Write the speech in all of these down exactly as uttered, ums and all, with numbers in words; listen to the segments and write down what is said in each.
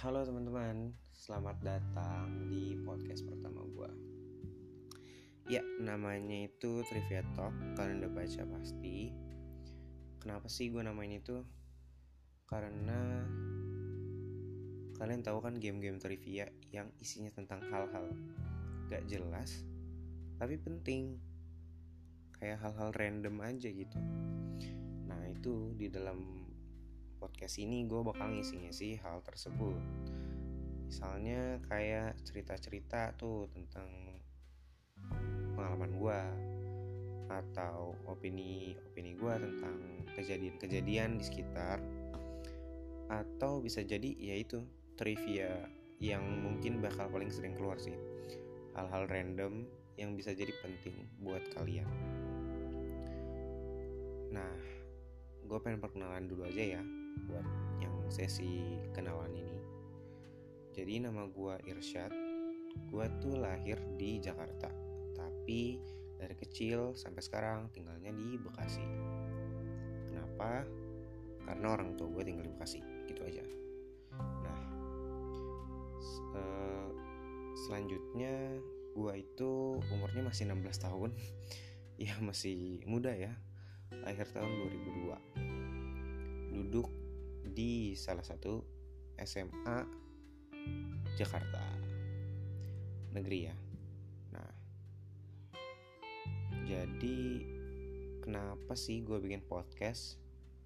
Halo teman-teman, selamat datang di podcast pertama gue. Ya, namanya itu Trivia Talk, kalian udah baca pasti. Kenapa sih gue namain itu? Karena kalian tahu kan game-game trivia yang isinya tentang hal-hal gak jelas, tapi penting. Kayak hal-hal random aja gitu. Nah itu di dalam podcast ini gue bakal ngisi-ngisi hal tersebut. Misalnya kayak cerita-cerita tuh tentang pengalaman gue, atau opini-opini gue tentang kejadian-kejadian di sekitar, atau bisa jadi yaitu trivia yang mungkin bakal paling sering keluar sih. Hal-hal random yang bisa jadi penting buat kalian. Nah, gue pengen perkenalan dulu aja ya buat yang sesi kenalan ini. Jadi nama gue Irsyad. Gue tuh lahir di Jakarta, tapi dari kecil sampai sekarang tinggalnya di Bekasi. Kenapa? Karena orang tua gue tinggal di Bekasi, gitu aja. Nah, eh, selanjutnya gue itu umurnya masih enam belas tahun. Ya masih muda ya. Lahir tahun dua ribu dua. Duduk di salah satu S M A Jakarta negeri ya. Nah, jadi kenapa sih gue bikin podcast?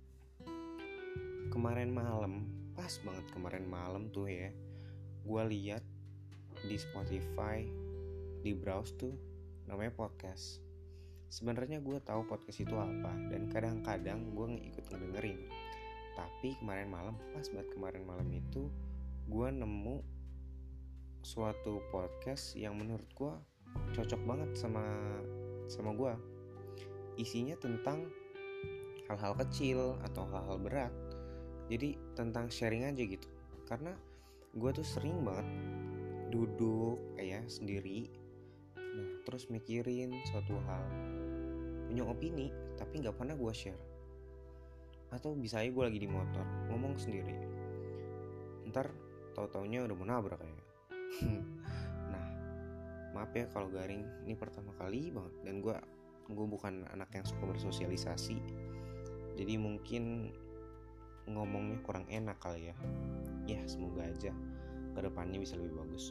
Kemarin malam, pas banget kemarin malam tuh ya, gue lihat di Spotify, di browse tuh namanya podcast. Sebenarnya gue tahu podcast itu apa dan kadang-kadang gue ngikut ngedengerin. Tapi kemarin malam, pas banget kemarin malam itu, gue nemu suatu podcast yang menurut gue cocok banget sama sama gue. Isinya tentang hal-hal kecil atau hal-hal berat. Jadi tentang sharing aja gitu. Karena gue tuh sering banget duduk kayak sendiri, nah terus mikirin suatu hal, punya opini tapi nggak pernah gue share. Atau bisa aja gue lagi di motor ngomong sendiri, ntar tau-taunya udah mau nabrak kayak. Nah, maaf ya kalau garing, ini pertama kali banget dan gue gue bukan anak yang suka bersosialisasi, jadi mungkin ngomongnya kurang enak kali ya. Ya semoga aja kedepannya bisa lebih bagus.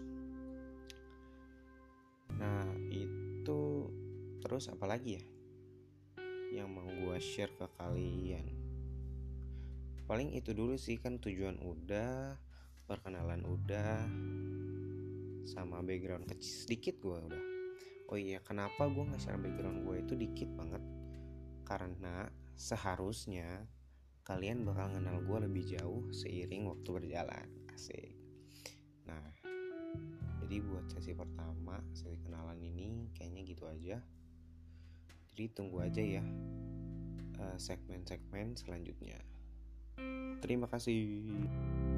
Nah itu terus apa lagi ya yang mau gue share ke kalian? Paling itu dulu sih, kan tujuan udah, perkenalan udah, sama background kecil sedikit gue udah. Oh iya, kenapa gue nge-share background gue itu dikit banget? Karena seharusnya kalian bakal kenal gue lebih jauh seiring waktu berjalan. Asik. Nah, jadi buat sesi pertama, sesi kenalan ini kayaknya gitu aja. Jadi tunggu aja ya uh, segmen-segmen selanjutnya. Terima kasih.